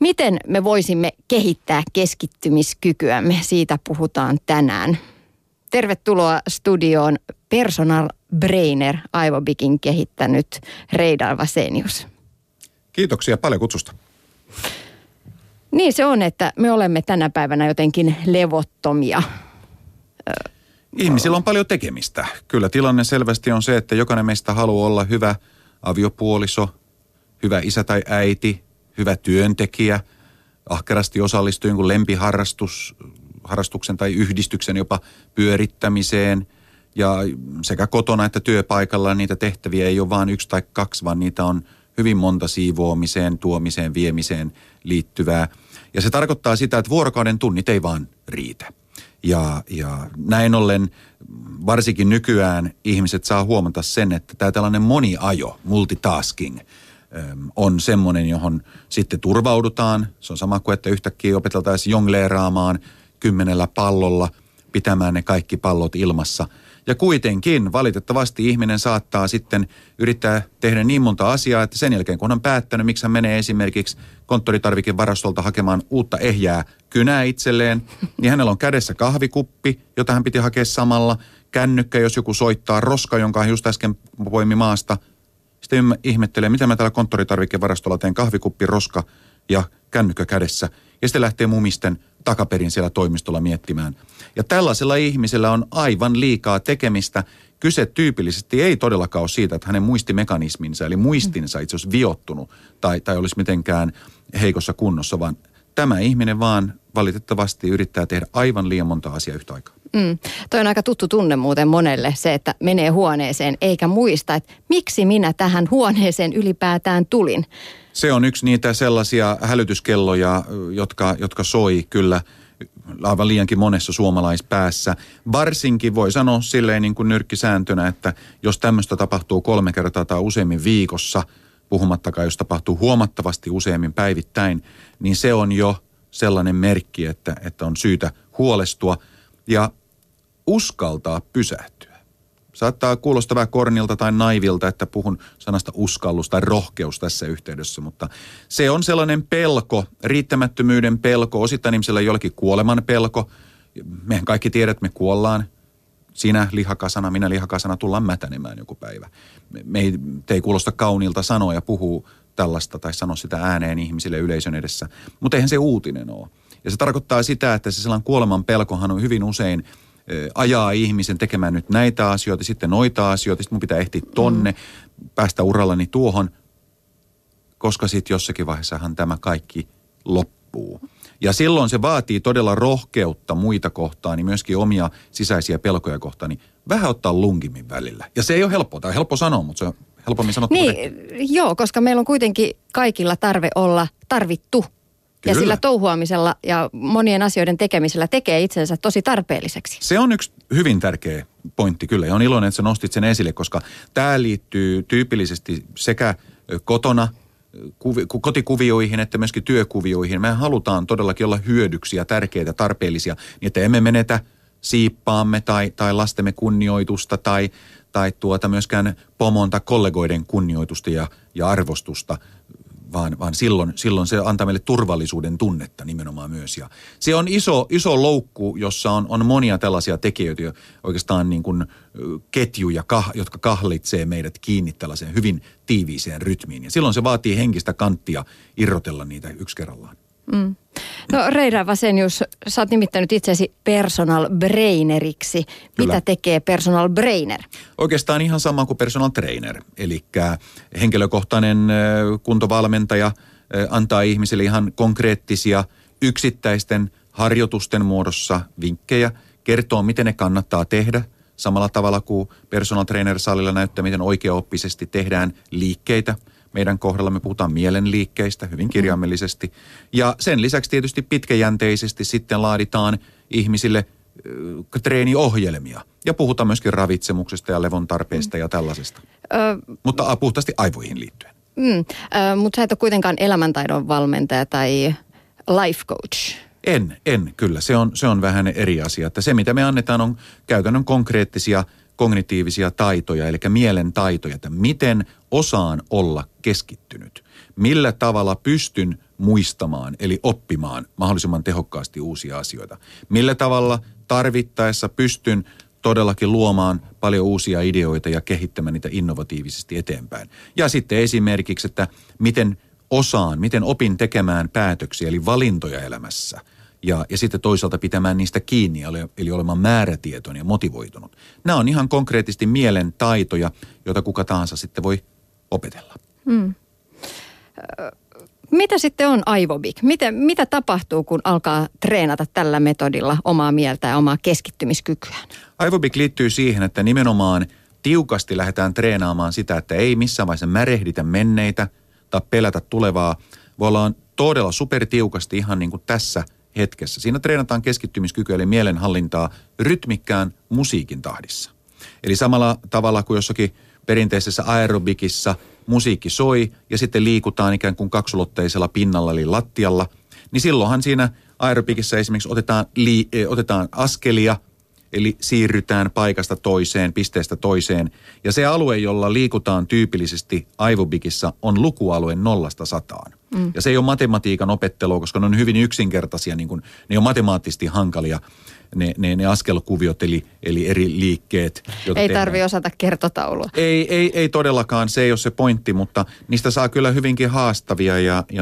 Miten me voisimme kehittää keskittymiskykyämme? Siitä puhutaan tänään. Tervetuloa studioon Personal Brainer Aivobikin kehittänyt Reidar Vasenius. Kiitoksia paljon kutsusta. Niin se on, että me olemme tänä päivänä jotenkin levottomia. Ihmisillä on paljon tekemistä. Kyllä tilanne selvästi on se, että jokainen meistä haluaa olla hyvä aviopuoliso, hyvä isä tai äiti, hyvä työntekijä, ahkerasti osallistuu jonkun lempiharrastuksen tai yhdistyksen jopa pyörittämiseen. Ja sekä kotona että työpaikalla niitä tehtäviä ei ole vain 1 tai 2, vaan niitä on hyvin monta siivoamiseen, tuomiseen, viemiseen liittyvää. Ja se tarkoittaa sitä, että vuorokauden tunnit ei vaan riitä. Ja näin ollen varsinkin nykyään ihmiset saa huomata sen, että tämä tällainen moniajo, multitasking, on semmoinen, johon sitten turvaudutaan. Se on sama kuin, että yhtäkkiä opeteltaisiin jongleeraamaan 10 pallolla, pitämään ne kaikki pallot ilmassa. Ja kuitenkin valitettavasti ihminen saattaa sitten yrittää tehdä niin monta asiaa, että sen jälkeen kun on päättänyt, miksi hän menee esimerkiksi konttoritarvikevarastolta hakemaan uutta ehjää kynää itselleen, niin hänellä on kädessä kahvikuppi, jota hän piti hakea samalla, kännykkä, jos joku soittaa, roska, jonka hän just äsken poimi maasta. Sitten ihmettelee, mitä mä täällä konttoritarvikevarastolla teen, kahvikuppi, roska ja kännykkä kädessä. Ja sitten lähtee mumisten takaperin siellä toimistolla miettimään. Ja tällaisella ihmisellä on aivan liikaa tekemistä. Kyse tyypillisesti ei todellakaan ole siitä, että hänen muistimekanisminsa, eli muistinsa itse asiassa viottunut tai olisi mitenkään heikossa kunnossa, vaan tämä ihminen vaan valitettavasti yrittää tehdä aivan liian monta asiaa yhtä aikaa. Toi on aika tuttu tunne muuten monelle se, että menee huoneeseen eikä muista, että miksi minä tähän huoneeseen ylipäätään tulin. Se on yksi niitä sellaisia hälytyskelloja, jotka soi kyllä aivan liiankin monessa suomalaispäässä. Varsinkin voi sanoa silleen niin kuin nyrkkisääntönä, että jos tämmöistä tapahtuu 3 kertaa tai useammin viikossa, puhumattakaan jos tapahtuu huomattavasti useammin päivittäin, niin se on jo sellainen merkki, että on syytä huolestua ja uskaltaa pysähtyä. Saattaa kuulostaa vähän kornilta tai naivilta, että puhun sanasta uskallus tai rohkeus tässä yhteydessä, mutta se on sellainen pelko, riittämättömyyden pelko, osittain ihmisellä jollakin kuoleman pelko. Mehän kaikki tiedät, että me kuollaan. Sinä lihakasana, minä lihakasana tullaan mätänemään joku päivä. Te ei kuulosta kauniilta sanoa ja puhuu tällaista tai sano sitä ääneen ihmisille yleisön edessä, mutta eihän se uutinen ole. Ja se tarkoittaa sitä, että se sellainen kuoleman pelkohan on hyvin usein ajaa ihmisen tekemään nyt näitä asioita, sitten noita asioita, sitten mun pitää ehtiä tonne, päästä urallani tuohon, koska sitten jossakin vaiheessahan tämä kaikki loppuu. Ja silloin se vaatii todella rohkeutta muita kohtaan, niin myöskin omia sisäisiä pelkoja kohtaan, niin vähän ottaa lungimmin välillä. Ja se ei ole helppoa, tämä on helppo sanoa, mutta se on helpommin sanottu. Niin, joo, koska meillä on kuitenkin kaikilla tarve olla tarvittu. Kyllä. Ja sillä touhuamisella ja monien asioiden tekemisellä tekee itsensä tosi tarpeelliseksi. Se on yksi hyvin tärkeä pointti kyllä. Ja on iloinen, että sä nostit sen esille, koska tämä liittyy tyypillisesti sekä kotona kotikuvioihin että myöskin työkuvioihin. Me halutaan todellakin olla hyödyksiä, tärkeitä, tarpeellisia, niin että emme menetä siippaamme tai lastemme kunnioitusta tai myöskään pomon tai kollegoiden kunnioitusta ja arvostusta. Vaan silloin se antaa meille turvallisuuden tunnetta nimenomaan myös. Ja se on iso loukku, jossa on monia tällaisia tekijöitä, oikeastaan niin kuin ketjuja, jotka kahlitsee meidät kiinni tällaiseen hyvin tiiviiseen rytmiin. Ja silloin se vaatii henkistä kanttia irrotella niitä yksi kerrallaan. No Reidar Vasenius, sä oot nimittänyt itsesi personal braineriksi. Kyllä. Mitä tekee personal brainer? Oikeastaan ihan sama kuin personal trainer. Eli henkilökohtainen kuntovalmentaja antaa ihmisille ihan konkreettisia yksittäisten harjoitusten muodossa vinkkejä, kertoo miten ne kannattaa tehdä. Samalla tavalla kuin personal trainer salilla näyttää, miten oikeaoppisesti tehdään liikkeitä. Meidän kohdalla me puhutaan mielenliikkeistä hyvin kirjaimellisesti. Ja sen lisäksi tietysti pitkäjänteisesti sitten laaditaan ihmisille treeniohjelmia. Ja puhutaan myöskin ravitsemuksesta ja levon tarpeesta ja tällaisesta. Mutta puhtaasti aivoihin liittyen. Mutta sä et ole kuitenkaan elämäntaidon valmentaja tai life coach. En kyllä. Se on vähän eri asia. Että se mitä me annetaan on käytännön konkreettisia kognitiivisia taitoja, eli mielen taitoja, että miten osaan olla keskittynyt. Millä tavalla pystyn muistamaan, eli oppimaan mahdollisimman tehokkaasti uusia asioita. Millä tavalla tarvittaessa pystyn todellakin luomaan paljon uusia ideoita ja kehittämään niitä innovatiivisesti eteenpäin. Ja sitten esimerkiksi, että miten opin tekemään päätöksiä, eli valintoja elämässä. Ja sitten toisaalta pitämään niistä kiinni, eli olemaan määrätietoinen ja motivoitunut. Nämä on ihan konkreettisesti mielen taitoja, joita kuka tahansa sitten voi opetella. Mitä sitten on Aivobik? Mitä tapahtuu, kun alkaa treenata tällä metodilla omaa mieltä ja omaa keskittymiskykyään? Aivobik liittyy siihen, että nimenomaan tiukasti lähdetään treenaamaan sitä, että ei missään vaiheessa märehditä menneitä tai pelätä tulevaa. Voi olla todella supertiukasti ihan niin kuin tässä hetkessä. Siinä treenataan keskittymiskykyä eli mielenhallintaa rytmikkään musiikin tahdissa. Eli samalla tavalla kuin jossakin perinteisessä aerobikissa musiikki soi ja sitten liikutaan ikään kuin kaksulotteisella pinnalla eli lattialla, niin silloinhan siinä aerobikissa esimerkiksi otetaan askelia, eli siirrytään paikasta toiseen, pisteestä toiseen. Ja se alue, jolla liikutaan tyypillisesti aivobikissa, on lukualue 0–100. Ja se ei ole matematiikan opettelua, koska ne on hyvin yksinkertaisia, niin kuin, ne on matemaattisesti hankalia ne askelkuviot, eli eri liikkeet. Ei tarvitse osata kertotaulua. Ei todellakaan, se ei ole se pointti, mutta niistä saa kyllä hyvinkin haastavia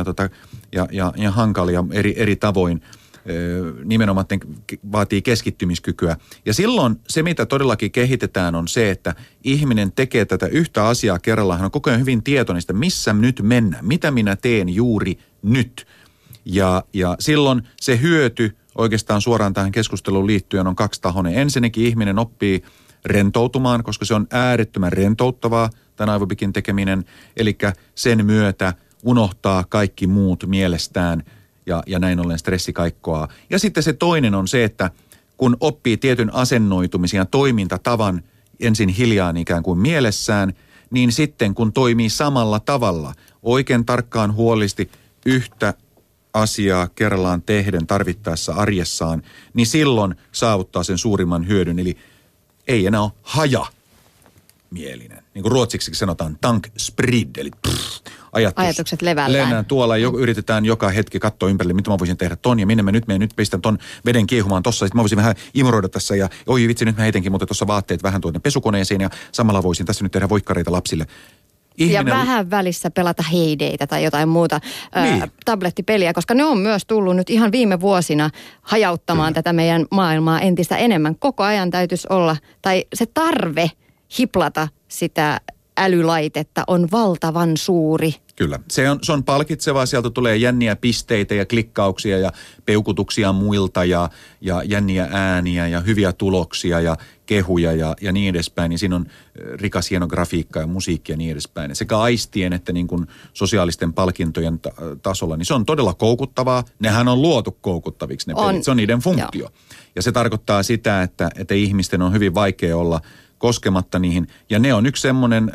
ja hankalia eri tavoin. Nimenomaan vaatii keskittymiskykyä. Ja silloin se, mitä todellakin kehitetään, on se, että ihminen tekee tätä yhtä asiaa kerrallaan. Hän on koko ajan hyvin tietoinen sitä, missä nyt mennään, mitä minä teen juuri nyt. Ja silloin se hyöty oikeastaan suoraan tähän keskusteluun liittyen on kaksitahoinen. Ensinnäkin ihminen oppii rentoutumaan, koska se on äärettömän rentouttavaa, tämän Aivobikin tekeminen. Eli sen myötä unohtaa kaikki muut mielestään ja näin ollen stressi kaikkoaa. Ja sitten se toinen on se, että kun oppii tietyn asennoitumisen ja toimintatavan ensin hiljaa ikään kuin mielessään, niin sitten kun toimii samalla tavalla, oikein tarkkaan huolellisesti yhtä asiaa kerrallaan tehden tarvittaessa arjessaan, niin silloin saavuttaa sen suurimman hyödyn. Eli ei enää ole hajamielinen. Niin kuin ruotsiksi sanotaan tank sprid, eli ajatukset levällään. Tuolla yritetään joka hetki katsoa ympärille, mitä mä voisin tehdä ton ja minne mä nyt pistän ton veden kiehumaan tossa. Sitten mä voisin vähän imuroida tässä ja oi vitsi, nyt mä heitenkin, mutta tuossa vaatteet vähän tuonne pesukoneeseen ja samalla voisin tässä nyt tehdä voikkareita lapsille. Ja vähän välissä pelata heideitä tai jotain muuta tablettipeliä, koska ne on myös tullut nyt ihan viime vuosina hajauttamaan tätä meidän maailmaa entistä enemmän. Koko ajan täytyisi olla, tai se tarve hiplata sitä älylaitetta on valtavan suuri. Kyllä. Se on palkitsevaa. Sieltä tulee jänniä pisteitä ja klikkauksia ja peukutuksia muilta ja jänniä ääniä ja hyviä tuloksia ja kehuja ja niin edespäin. Niin siinä on rikas hieno grafiikka ja musiikki ja niin edespäin. Ja sekä aistien että niin kuin sosiaalisten palkintojen tasolla, niin se on todella koukuttavaa. Nehän on luotu koukuttaviksi ne pelit. Se on niiden funktio. Joo. Ja se tarkoittaa sitä, että ihmisten on hyvin vaikea olla koskematta niihin. Ja ne on yksi semmoinen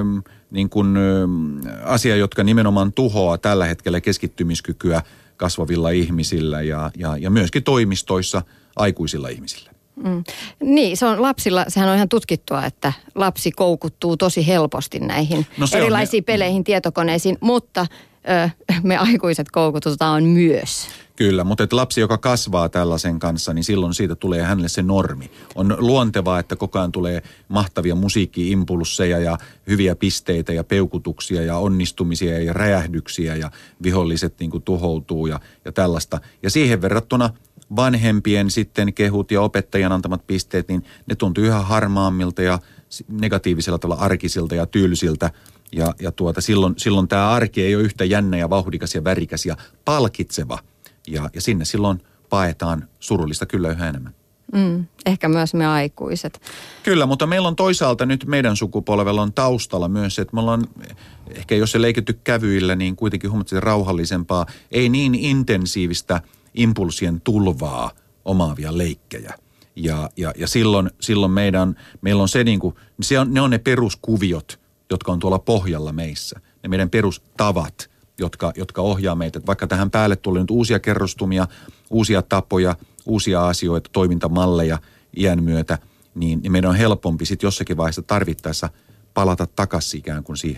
asia, jotka nimenomaan tuhoaa tällä hetkellä keskittymiskykyä kasvavilla ihmisillä ja myöskin toimistoissa aikuisilla ihmisillä. Niin, se on lapsilla, sehän on ihan tutkittua, että lapsi koukuttuu tosi helposti näihin erilaisiin peleihin, tietokoneisiin, mutta me aikuiset koukututaan myös. Kyllä, mutta että lapsi, joka kasvaa tällaisen kanssa, niin silloin siitä tulee hänelle se normi. On luontevaa, että koko ajan tulee mahtavia musiikki-impulsseja ja hyviä pisteitä ja peukutuksia ja onnistumisia ja räjähdyksiä ja viholliset niin kuin tuhoutuu ja tällaista. Ja siihen verrattuna vanhempien sitten kehut ja opettajan antamat pisteet, niin ne tuntuu yhä harmaammilta ja negatiivisella tavalla arkisilta ja tylsiltä. Ja silloin tämä arki ei ole yhtä jännä ja vauhdikas ja värikäs ja palkitseva. Ja sinne silloin paetaan surullista kyllä yhä enemmän. Ehkä myös me aikuiset. Kyllä, mutta meillä on toisaalta nyt meidän sukupolvella on taustalla myös se, että me ollaan ehkä jos se leikitty kävyillä, niin kuitenkin huomattavasti rauhallisempaa, ei niin intensiivistä impulsien tulvaa omaavia leikkejä. Ja silloin meillä on se niin kuin, ne on ne peruskuviot, jotka on tuolla pohjalla meissä. Ne meidän perustavat, jotka ohjaa meitä. Vaikka tähän päälle tulee nyt uusia kerrostumia, uusia tapoja, uusia asioita, toimintamalleja iän myötä, niin meidän on helpompi sitten jossakin vaiheessa tarvittaessa palata takaisin ikään kuin siihen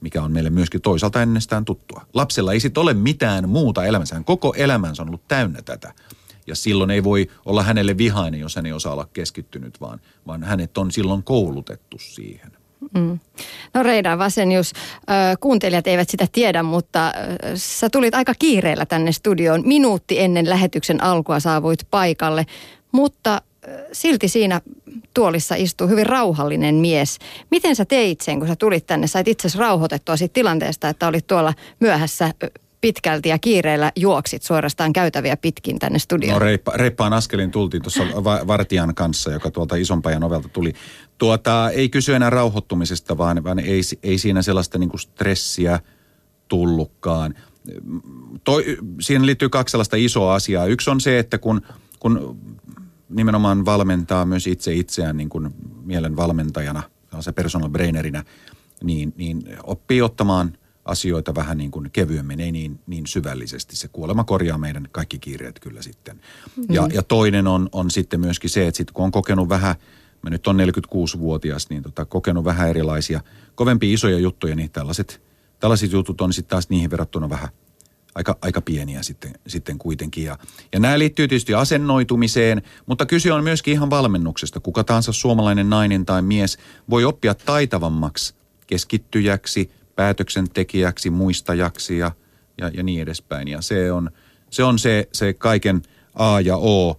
mikä on meille myöskin toisaalta ennestään tuttua. Lapsella ei sitten ole mitään muuta elämänsä. Koko elämänsä on ollut täynnä tätä. Ja silloin ei voi olla hänelle vihainen, jos hän ei osaa olla keskittynyt, vaan hänet on silloin koulutettu siihen. No Reidar Vasenius, kuuntelijat eivät sitä tiedä, mutta sä tulit aika kiireellä tänne studioon. Minuutti ennen lähetyksen alkua saavuit paikalle, mutta silti siinä tuolissa istuu hyvin rauhallinen mies. Miten sä teit sen, kun sä tulit tänne? Sait itse asiassa rauhoitettua siitä tilanteesta, että olit tuolla myöhässä pitkälti ja kiireellä juoksit suorastaan käytäviä pitkin tänne studioon. No reippaan askelin tultiin tuossa vartijan kanssa, joka tuolta Isonpajan ovelta tuli. Ei kysy enää rauhoittumisesta, vaan ei siinä sellaista niinku stressiä tullutkaan. Siinä liittyy kaksi sellaista isoa asiaa. Yksi on se, että kun nimenomaan valmentaa myös itseään niin kuin mielen valmentajana, se personal brainerina, niin oppii ottamaan asioita vähän niin kuin kevyemmin, ei niin syvällisesti. Se kuolema korjaa meidän kaikki kiireet kyllä sitten. Ja toinen on sitten myöskin se, että sitten kun on kokenut vähän, mä nyt on 46-vuotias, niin kokenut vähän erilaisia, kovempia isoja juttuja, niin tällaiset jutut on sitten taas niihin verrattuna vähän aika pieniä sitten kuitenkin. Ja nämä liittyy tietysti asennoitumiseen, mutta kyse on myöskin ihan valmennuksesta. Kuka tahansa suomalainen nainen tai mies voi oppia taitavammaksi, keskittyjäksi, päätöksentekijäksi, muistajaksi ja niin edespäin. Ja se on se kaiken A ja O.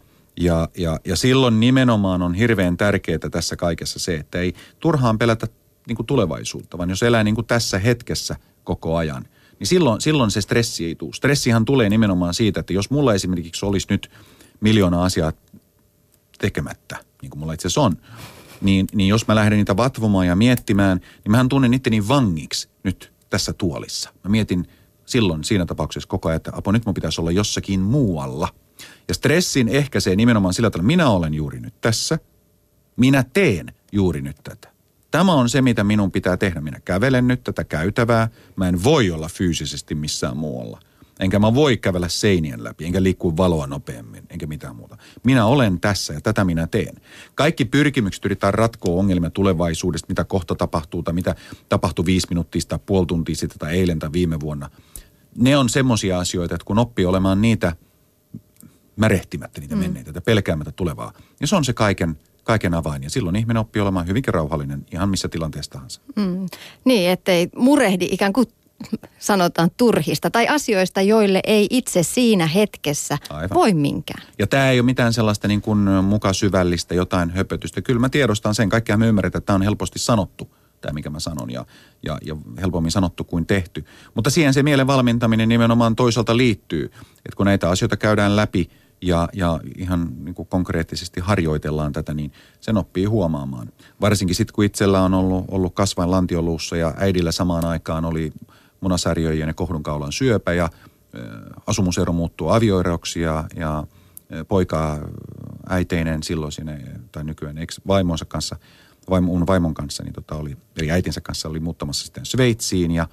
Ja silloin nimenomaan on hirveän tärkeää tässä kaikessa se, että ei turhaan pelätä niin kuin tulevaisuutta, vaan jos elää niin kuin tässä hetkessä koko ajan, niin silloin se stressi ei tule. Stressihan tulee nimenomaan siitä, että jos mulla esimerkiksi olisi nyt 1,000,000 asiaa tekemättä, niin kuin mulla itse asiassa on, niin jos mä lähden niitä vatvomaan ja miettimään, niin mähän tunnen itteni vangiksi nyt tässä tuolissa. Mä mietin silloin siinä tapauksessa koko ajan, että nyt mun pitäisi olla jossakin muualla. Ja stressin ehkäisee nimenomaan sillä tavalla, minä olen juuri nyt tässä, minä teen juuri nyt tätä. Tämä on se, mitä minun pitää tehdä. Minä kävelen nyt tätä käytävää. Mä en voi olla fyysisesti missään muualla. Enkä mä voi kävellä seinien läpi, enkä liikkua valoa nopeammin, enkä mitään muuta. Minä olen tässä ja tätä minä teen. Kaikki pyrkimykset yritetään ratkoa ongelmia tulevaisuudesta, mitä kohta tapahtuu tai mitä tapahtui 5 minuuttia tai puoli tuntia sitten tai eilen tai viime vuonna. Ne on semmoisia asioita, että kun oppii olemaan niitä märehtimättä, niitä menneitä, pelkäämättä tulevaa, niin se on se kaiken avain. Ja silloin ihminen oppii olemaan hyvinkin rauhallinen ihan missä tilanteessa tahansa. Niin, ettei murehdi ikään kuin sanotaan turhista tai asioista, joille ei itse siinä hetkessä voi minkään. Ja tämä ei ole mitään sellaista niin kuin muka syvällistä jotain höpötystä. Kyllä mä tiedostan sen. Kaikkihan me ymmärretään, että tämä on helposti sanottu, tämä mikä mä sanon, ja helpommin sanottu kuin tehty. Mutta siihen se mielen valmentaminen nimenomaan toisaalta liittyy, että kun näitä asioita käydään läpi, ja ihan niin kuin konkreettisesti harjoitellaan tätä, niin sen oppii huomaamaan. Varsinkin sitten, kun itsellä on ollut kasvain lantioluussa ja äidillä samaan aikaan oli munasarjojen ja kohdunkaulan syöpä ja asumusero muuttuu avioeroksi ja poika äiteinen silloin siinä, tai nykyään vaimonsa kanssa, mun vaimon kanssa, niin eli äitinsä kanssa oli muuttamassa sitten Sveitsiin ja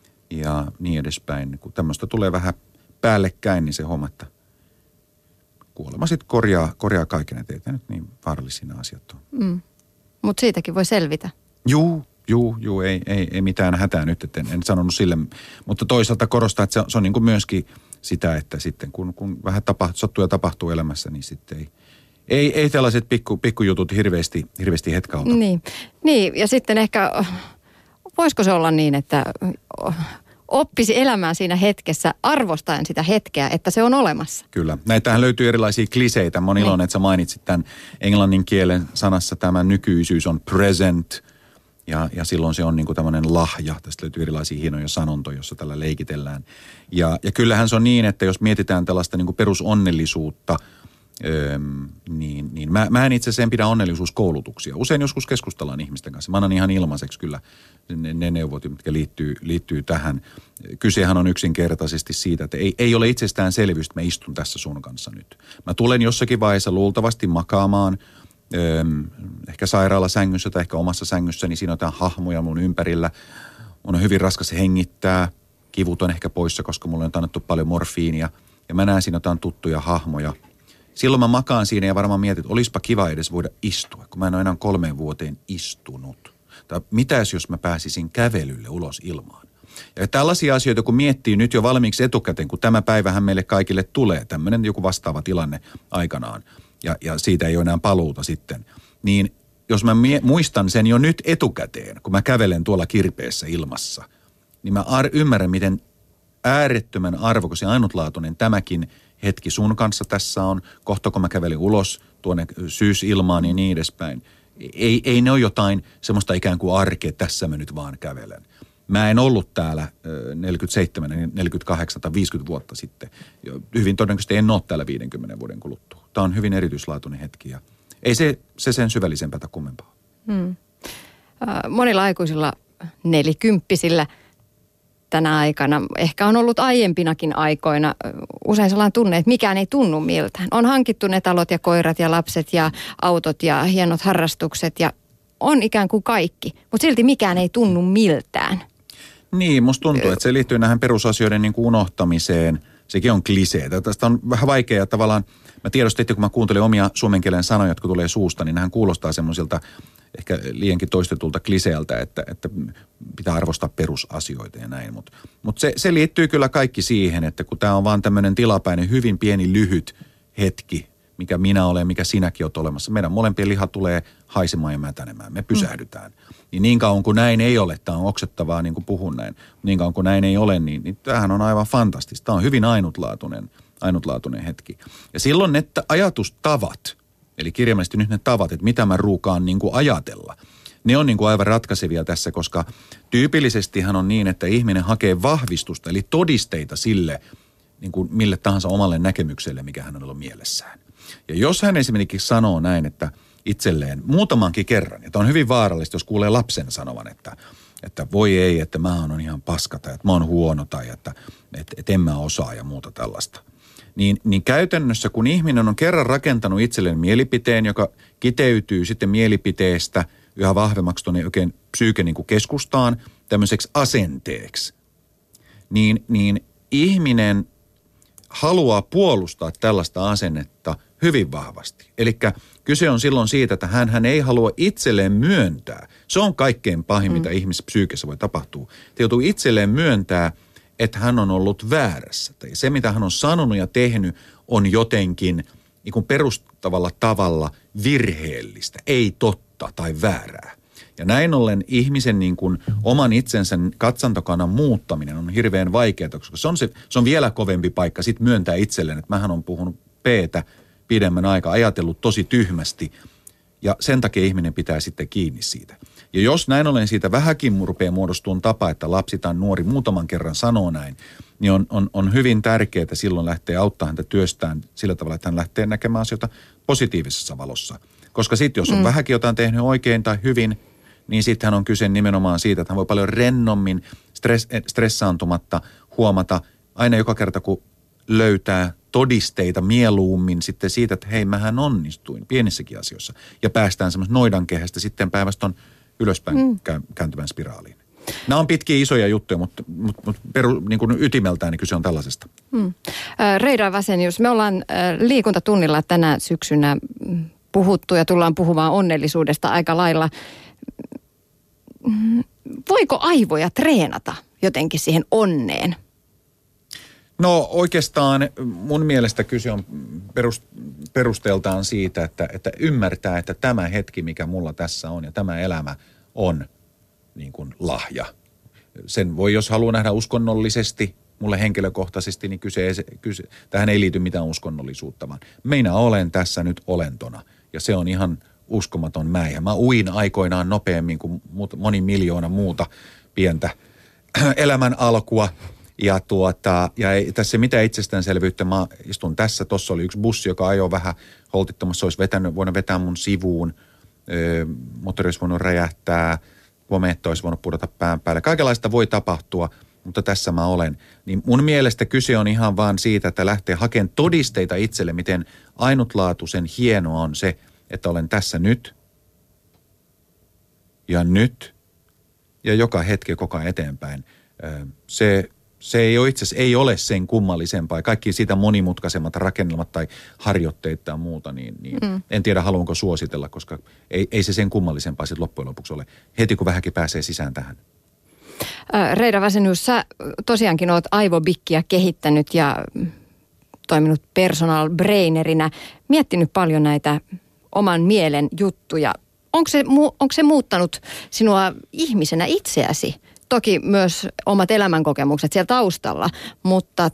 niin edespäin. Kun tämmöistä tulee vähän päällekkäin, niin se homma, että kuolema sitten korjaa kaiken, ettei tämä nyt niin vaarallisia asiat ole. Mutta siitäkin voi selvitä. Juu, ei mitään hätää nyt, että en sanonut sille. Mutta toisaalta korostaa, että se on niin kuin myöskin sitä, että sitten kun vähän sattuu ja tapahtuu elämässä, niin sitten ei tällaiset pikkujutut hirveästi hetkauta. Niin, ja sitten ehkä, voisiko se olla niin, että oppisi elämään siinä hetkessä, arvostaen sitä hetkeä, että se on olemassa. Kyllä. Näitähän löytyy erilaisia kliseitä. Mä oon iloinen, että sä mainitsit tämän englannin kielen sanassa. Tämä nykyisyys on present ja silloin se on niin kuin tämmöinen lahja. Tästä löytyy erilaisia hienoja sanontoja, joissa tällä leikitellään. Ja kyllähän se on niin, että jos mietitään tällaista niin kuin perusonnellisuutta, niin mä en itse asiassa pidä onnellisuuskoulutuksia. Usein joskus keskustellaan ihmisten kanssa. Mä annan ihan ilmaiseksi kyllä ne neuvot, mitkä liittyy tähän. Kysehän on yksinkertaisesti siitä, että ei ole itsestäänselvyys, että mä istun tässä sun kanssa nyt. Mä tulen jossakin vaiheessa luultavasti makaamaan ehkä sairaalasängyssä tai ehkä omassa sängyssä, niin siinä on jotain hahmoja mun ympärillä. Mun on hyvin raskas hengittää, kivut on ehkä poissa, koska mulle on annettu paljon morfiinia ja mä näen siinä jotain tuttuja hahmoja. Silloin mä makaan siinä ja varmaan mietin, että olispa kiva edes voida istua, kun mä en ole enää 3 vuoteen istunut. Tai mitäs jos mä pääsisin kävelylle ulos ilmaan? Ja tällaisia asioita, kun miettii nyt jo valmiiksi etukäteen, kun tämä päivähän meille kaikille tulee, tämmöinen joku vastaava tilanne aikanaan, ja siitä ei ole enää paluuta sitten, niin jos mä muistan sen jo nyt etukäteen, kun mä kävelen tuolla kirpeässä ilmassa, niin mä ymmärrän, miten äärettömän arvokas ja ainutlaatuinen tämäkin hetki sun kanssa tässä on. Kohta kun mä kävelin ulos tuonne syysilmaan ja niin edespäin. Ei ne ole jotain semmoista ikään kuin arkea, tässä mä nyt vaan kävelen. Mä en ollut täällä 47, 48 tai 50 vuotta sitten. Hyvin todennäköisesti en ole täällä 50 vuoden kuluttua. Tämä on hyvin erityislaatuinen hetki ja ei se sen syvällisempää tai kummempaa. Monilla aikuisilla nelikymppisillä tänä aikana, ehkä on ollut aiempinakin aikoina, usein sellainen tunne, että mikään ei tunnu miltään. On hankittu ne talot ja koirat ja lapset ja autot ja hienot harrastukset ja on ikään kuin kaikki, mutta silti mikään ei tunnu miltään. Niin, musta tuntuu, että se liittyy näihin perusasioiden niin kuin unohtamiseen. Sekin on kliseetä. Tästä on vähän vaikea tavallaan. Mä tiedostin, että kun mä kuuntelin omia suomen kielen sanoja, jotka tulee suusta, niin nehän kuulostaa semmoisilta ehkä liiankin toistetulta kliseeltä, että pitää arvostaa perusasioita ja näin. Mutta se liittyy kyllä kaikki siihen, että kun tämä on vaan tämmöinen tilapäinen, hyvin pieni, lyhyt hetki, mikä minä olen, mikä sinäkin olet olemassa. Meidän molempien liha tulee haisemaan ja mätänemään. Me pysähdytään. Niin kauan kuin näin ei ole, tämä on oksettavaa niin kuin puhun näin, niin kauan kuin näin ei ole, niin tämähän on aivan fantastista. Tämä on hyvin ainutlaatuinen hetki. Ja silloin ne ajatustavat, eli kirjaimellisesti nyt ne tavat, että mitä mä ruukaan niin kuin ajatella, ne on niin kuin aivan ratkaisevia tässä, koska tyypillisestihan on niin, että ihminen hakee vahvistusta, eli todisteita sille, niin kuin mille tahansa omalle näkemykselle, mikä hän on ollut mielessään. Ja jos hän esimerkiksi sanoo näin, että itselleen muutamankin kerran, ja tämä on hyvin vaarallista, jos kuulee lapsen sanovan, että voi ei, että mä oon ihan paska tai että mä oon huono tai että en mä osaa ja muuta tällaista. Niin käytännössä, kun ihminen on kerran rakentanut itselleen mielipiteen, joka kiteytyy sitten mielipiteestä yhä vahvemmaksi tuonne oikein psyyken niin kuin keskustaan, tämmöiseksi asenteeksi, niin ihminen haluaa puolustaa tällaista asennetta hyvin vahvasti. Eli kyse on silloin siitä, että hän ei halua itselleen myöntää. Se on kaikkein pahin, mitä ihmispsyykessä voi tapahtua. Te joutuu itselleen myöntää, että hän on ollut väärässä. Tai se, mitä hän on sanonut ja tehnyt, on jotenkin niin kuin perustavalla tavalla virheellistä, ei totta tai väärää. Ja näin ollen ihmisen niin kuin oman itsensä katsantokannan muuttaminen on hirveän vaikeaa, koska se on vielä kovempi paikka sitten myöntää itselleen, että mähän on puhunut P-tä pidemmän aikaa, ajatellut tosi tyhmästi ja sen takia ihminen pitää sitten kiinni siitä. Ja jos näin ollen siitä vähänkin rupeaa muodostumaan tapa, että lapsi tai nuori muutaman kerran sanoo näin, niin on hyvin tärkeää silloin lähteä auttamaan häntä työstään sillä tavalla, että hän lähtee näkemään asioita positiivisessa valossa. Koska sitten jos on vähänkin jotain tehnyt oikein tai hyvin, niin sittenhän on kyse nimenomaan siitä, että hän voi paljon rennommin, stressaantumatta huomata aina joka kerta, kun löytää todisteita mieluummin sitten siitä, että hei, mähän onnistuin pienissäkin asioissa. Ja päästään semmoista noidankehästä sitten päivästä on ylöspäin kääntyvän spiraaliin. Nämä on pitkiä isoja juttuja, mutta niin kuin ytimeltään niin kyse on tällaisesta. Reidar Vasenius, me ollaan liikuntatunnilla tänä syksynä puhuttu ja tullaan puhumaan onnellisuudesta aika lailla. Voiko aivoja treenata jotenkin siihen onneen? No oikeastaan mun mielestä kyse on perusteeltaan siitä, että ymmärtää, että tämä hetki, mikä mulla tässä on ja tämä elämä on niin kuin lahja. Sen voi, jos haluaa nähdä uskonnollisesti, mulle henkilökohtaisesti, niin tähän ei liity mitään uskonnollisuutta, vaan minä olen tässä nyt olentona ja se on ihan uskomaton mäihä. Mä uin aikoinaan nopeammin kuin moni miljoona muuta pientä elämän alkua. Ja ei tässä mitään itsestäänselvyyttä. Mä istun tässä, tossa oli yksi bussi, joka ajoi vähän holtittomassa, se olisi voinut vetää mun sivuun, moottori olisi voinut räjähtää, komeetta olisi voinut pudota pään päälle. Kaikenlaista voi tapahtua, mutta tässä mä olen. Niin mun mielestä kyse on ihan vaan siitä, että lähtee hakemaan todisteita itselle, miten ainutlaatuisen hienoa on se, että olen tässä nyt ja joka hetki koko ajan eteenpäin. Se ei ole itse asiassa ei ole sen kummallisempaa. Kaikki siitä monimutkaisemmat rakennelmat tai harjoitteet tai muuta, niin en tiedä haluanko suositella, koska ei se sen kummallisempaa sitten loppujen lopuksi ole. Heti kun vähänkin pääsee sisään tähän. Reidar Wäsenius, sä tosiaankin oot aivobikkiä kehittänyt ja toiminut personal brainerinä, miettinyt paljon näitä oman mielen juttuja. Onko se muuttanut sinua ihmisenä itseäsi? Toki myös omat elämänkokemukset siellä taustalla, mutta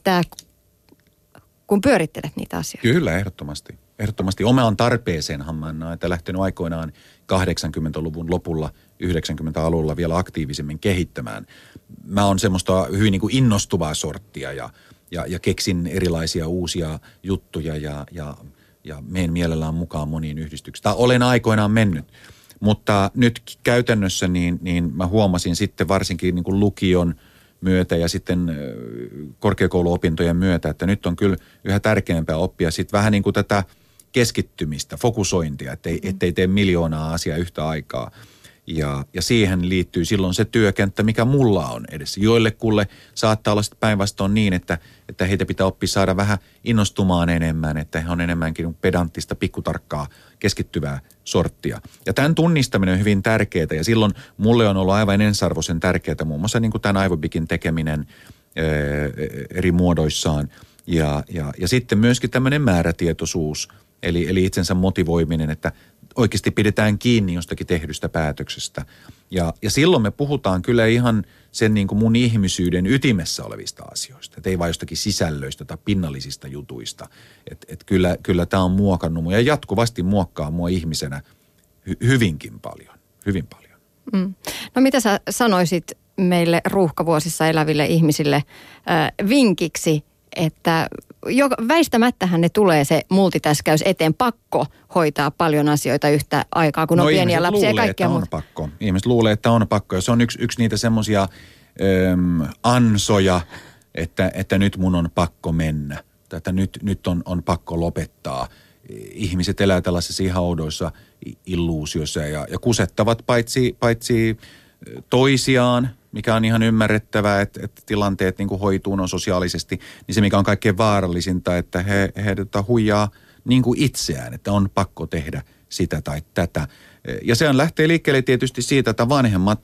kun pyörittelet niitä asioita. Kyllä, ehdottomasti. Ehdottomasti omaan tarpeeseenhan mä näitä lähtenyt aikoinaan 80-luvun lopulla, 90-alulla vielä aktiivisemmin kehittämään. Mä oon semmoista hyvin niin kuin innostuvaa sorttia ja keksin erilaisia uusia juttuja ja menen mielellään mukaan moniin yhdistyksiin. Tai olen aikoinaan mennyt. Mutta nyt käytännössä niin mä huomasin sitten varsinkin niin kuin lukion myötä ja sitten korkeakouluopintojen myötä, että nyt on kyllä yhä tärkeämpää oppia sitten vähän niin kuin tätä keskittymistä, fokusointia, ettei tee miljoonaa asiaa yhtä aikaa. Ja siihen liittyy silloin se työkenttä, mikä mulla on edessä. Joillekulle saattaa olla sitten päinvastoin niin, että heitä pitää oppia saada vähän innostumaan enemmän, että he on enemmänkin pedanttista, pikkutarkkaa, keskittyvää sorttia. Ja tämän tunnistaminen on hyvin tärkeää ja silloin mulle on ollut aivan ensarvoisen tärkeää muun muassa niin kuin tämän aivobikin tekeminen eri muodoissaan ja sitten myöskin tämmöinen määrätietoisuus, eli itsensä motivoiminen, että oikeasti pidetään kiinni jostakin tehdystä päätöksestä. Ja silloin me puhutaan kyllä ihan sen niin kuin mun ihmisyyden ytimessä olevista asioista. Että ei vain jostakin sisällöistä tai pinnallisista jutuista. Että kyllä tämä on muokannut mua ja jatkuvasti muokkaa mua ihmisenä hyvinkin paljon. Hyvin paljon. No mitä sä sanoisit meille ruuhkavuosissa eläville ihmisille vinkiksi, että väistämättähän ne tulee se multitäskäys eteen, pakko hoitaa paljon asioita yhtä aikaa, kun on pieniä lapsia ja kaikkea muuta. Ihmiset luulee, että on pakko ja se on yksi niitä semmoisia ansoja, että nyt mun on pakko mennä, että nyt on pakko lopettaa. Ihmiset elää tällaisissa ihan oudoissa illuusioissa ja kusettavat paitsi toisiaan, mikä on ihan ymmärrettävää, että tilanteet niin kuin hoituu no sosiaalisesti, niin se mikä on kaikkein vaarallisinta, että he huijaa niin kuin itseään, että on pakko tehdä sitä tai tätä. Ja sehän lähtee liikkeelle tietysti siitä, että vanhemmat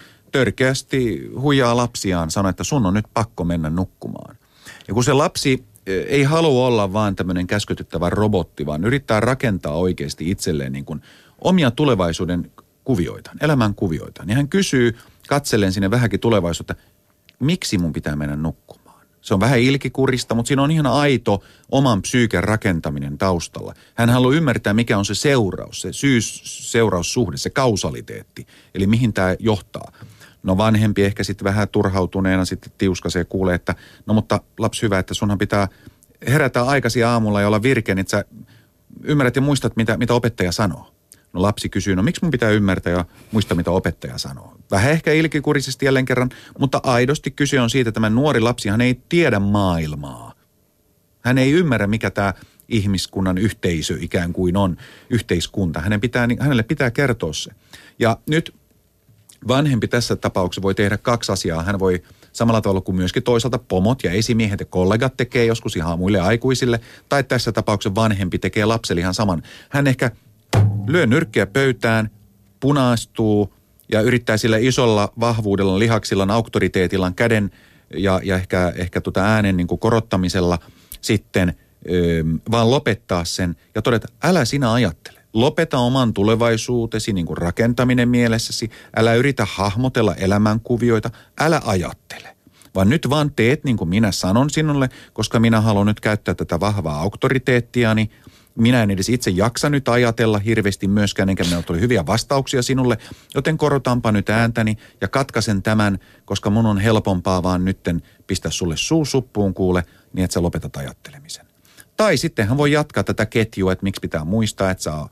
törkeästi huijaa lapsiaan, sanoo, että sun on nyt pakko mennä nukkumaan. Ja kun se lapsi ei halua olla vaan tämmöinen käskytettävä robotti, vaan yrittää rakentaa oikeasti itselleen niin kuin omia tulevaisuuden kuvioitaan, elämän kuvioitaan. Ja hän kysyy katsellen sinne vähänkin tulevaisuutta, miksi mun pitää mennä nukkumaan. Se on vähän ilkikurista, mutta siinä on ihan aito oman psyyken rakentaminen taustalla. Hän haluaa ymmärtää, mikä on se seuraus, se syys-seuraussuhde, se kausaliteetti, eli mihin tämä johtaa. No vanhempi ehkä sitten vähän turhautuneena sitten tiuskasee ja kuulee, että no mutta lapsi hyvä, että sunhan pitää herätä aikaisin aamulla ja olla virkeä, että sä ymmärrät ja muistat, mitä opettaja sanoo. No lapsi kysyy, no miksi mun pitää ymmärtää ja muistaa, mitä opettaja sanoo. Vähän ehkä ilkikurisesti jälleen kerran, mutta aidosti kyse on siitä, että tämä nuori lapsi, hän ei tiedä maailmaa. Hän ei ymmärrä, mikä tämä ihmiskunnan yhteisö ikään kuin on, yhteiskunta. Hänelle pitää kertoa se. Ja nyt vanhempi tässä tapauksessa voi tehdä kaksi asiaa. Hän voi samalla tavalla kuin myöskin toisaalta pomot ja esimiehet ja kollegat tekee joskus ihan muille aikuisille. Tai tässä tapauksessa vanhempi tekee lapselle ihan saman. Hän ehkä lyö nyrkkiä pöytään, punaistuu ja yrittää sillä isolla vahvuudella, lihaksillaan, auktoriteetillaan, käden ja ehkä äänen niin kuin korottamisella sitten vaan lopettaa sen ja todeta, älä sinä ajattele. Lopeta oman tulevaisuutesi niin kuin rakentaminen mielessäsi, älä yritä hahmotella elämänkuvioita, älä ajattele. Vaan nyt vaan teet niin kuin minä sanon sinulle, koska minä haluan nyt käyttää tätä vahvaa auktoriteettiani. Minä en edes itse jaksa nyt ajatella hirveästi myöskään, enkä minulla tuli hyviä vastauksia sinulle, joten korotanpa nyt ääntäni ja katkaisen tämän, koska mun on helpompaa vaan nytten pistää sulle suu suppuun kuule, niin että sä lopetat ajattelemisen. Tai sitten hän voi jatkaa tätä ketjua, että miksi pitää muistaa, että saa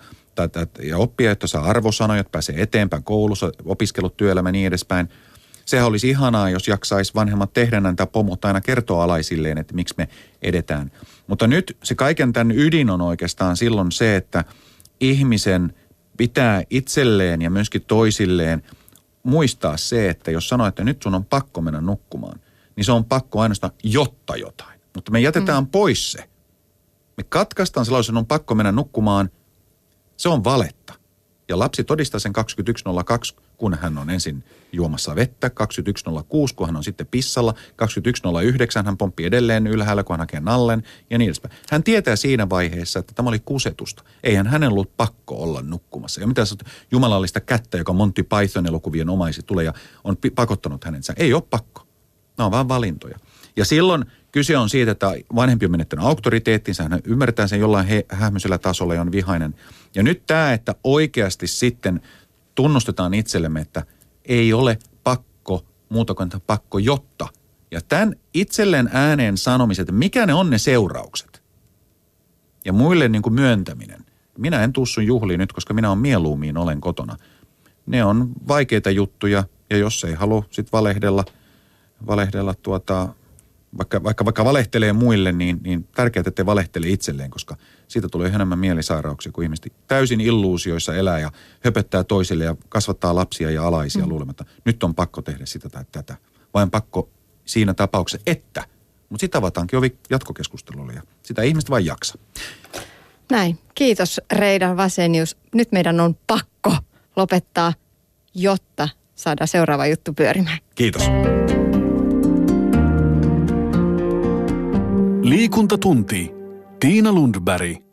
ja oppia, että saa arvosanoja, että pääsee eteenpäin koulussa, opiskelut, työelämä ja niin edespäin. Sehän olisi ihanaa, jos jaksaisi vanhemmat tehdä näitä pomot aina kertoa alaisilleen, että miksi me edetään. Mutta nyt se kaiken tämän ydin on oikeastaan silloin se, että ihmisen pitää itselleen ja myöskin toisilleen muistaa se, että jos sanoo, että nyt sun on pakko mennä nukkumaan, niin se on pakko ainoastaan jotta jotain. Mutta me jätetään pois se. Me katkaistaan sellaisen, on pakko mennä nukkumaan. Se on valetta. Ja lapsi todistaa sen 21.02, kun hän on ensin juomassa vettä, 21.06, kun hän on sitten pissalla, 21.09 hän pomppii edelleen ylhäällä, kun hän hakee nallen ja niin edespäin. Hän tietää siinä vaiheessa, että tämä oli kusetusta. Eihän hänen ollut pakko olla nukkumassa. Ja mitä se jumalallista kättä, joka Monty Python-elokuvien omaisi tulee ja on pakottanut hänensä. Ei ole pakko. Nämä on vaan valintoja. Ja silloin kyse on siitä, että vanhempi on menettänyt auktoriteettinsa, hän ymmärtää sen jollain hähmöisellä tasolla ja on vihainen. Ja nyt tämä, että oikeasti sitten tunnustetaan itsellemme, että ei ole pakko, muuta kuin pakko jotta. Ja tämän itselleen ääneen sanomiset, että mikä ne on ne seuraukset. Ja muille niin kuin myöntäminen. Minä en tuu sun juhliin nyt, koska minä olen olen kotona. Ne on vaikeita juttuja ja jos ei halua sit valehdella vaikka valehtelee muille, niin tärkeää, että te valehtele itselleen, koska siitä tulee enemmän mielisairauksia, kun ihmiset täysin illuusioissa elää ja höpöttää toisille ja kasvattaa lapsia ja alaisia luulematta. Nyt on pakko tehdä sitä tai tätä. Vain pakko siinä tapauksessa, että. Mutta sitten avataankin ovi jatkokeskustelulle ja sitä ihmiset vain jaksa. Näin. Kiitos Reidar Vasenius. Nyt meidän on pakko lopettaa, jotta saadaan seuraava juttu pyörimään. Kiitos. Liikuntatunti. Tiina Lundberg.